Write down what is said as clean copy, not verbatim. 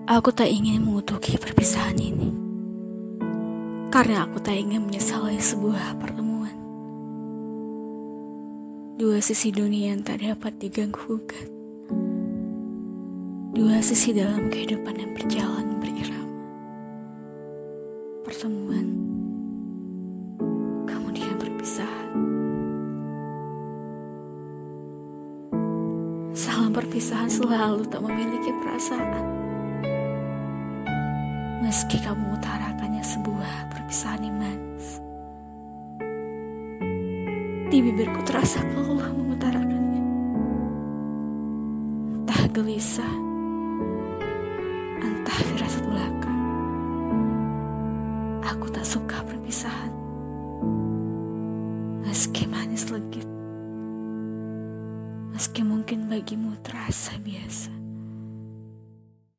Aku tak ingin mengutuki perpisahan ini, karena aku tak ingin menyesali sebuah pertemuan. Dua sisi dunia yang tak dapat diganggu-gugat. Dua sisi dalam kehidupan yang berjalan berirama. Pertemuan, kemudian perpisahan. Salam perpisahan selalu tak memiliki perasaan. Meski kamu mengutarakannya sebuah perpisahan yang manis, di bibirku terasa lelah mengutarakannya. Entah gelisah, entah firasat belaka. Aku tak suka perpisahan, meski manis legit, meski mungkin bagimu terasa biasa.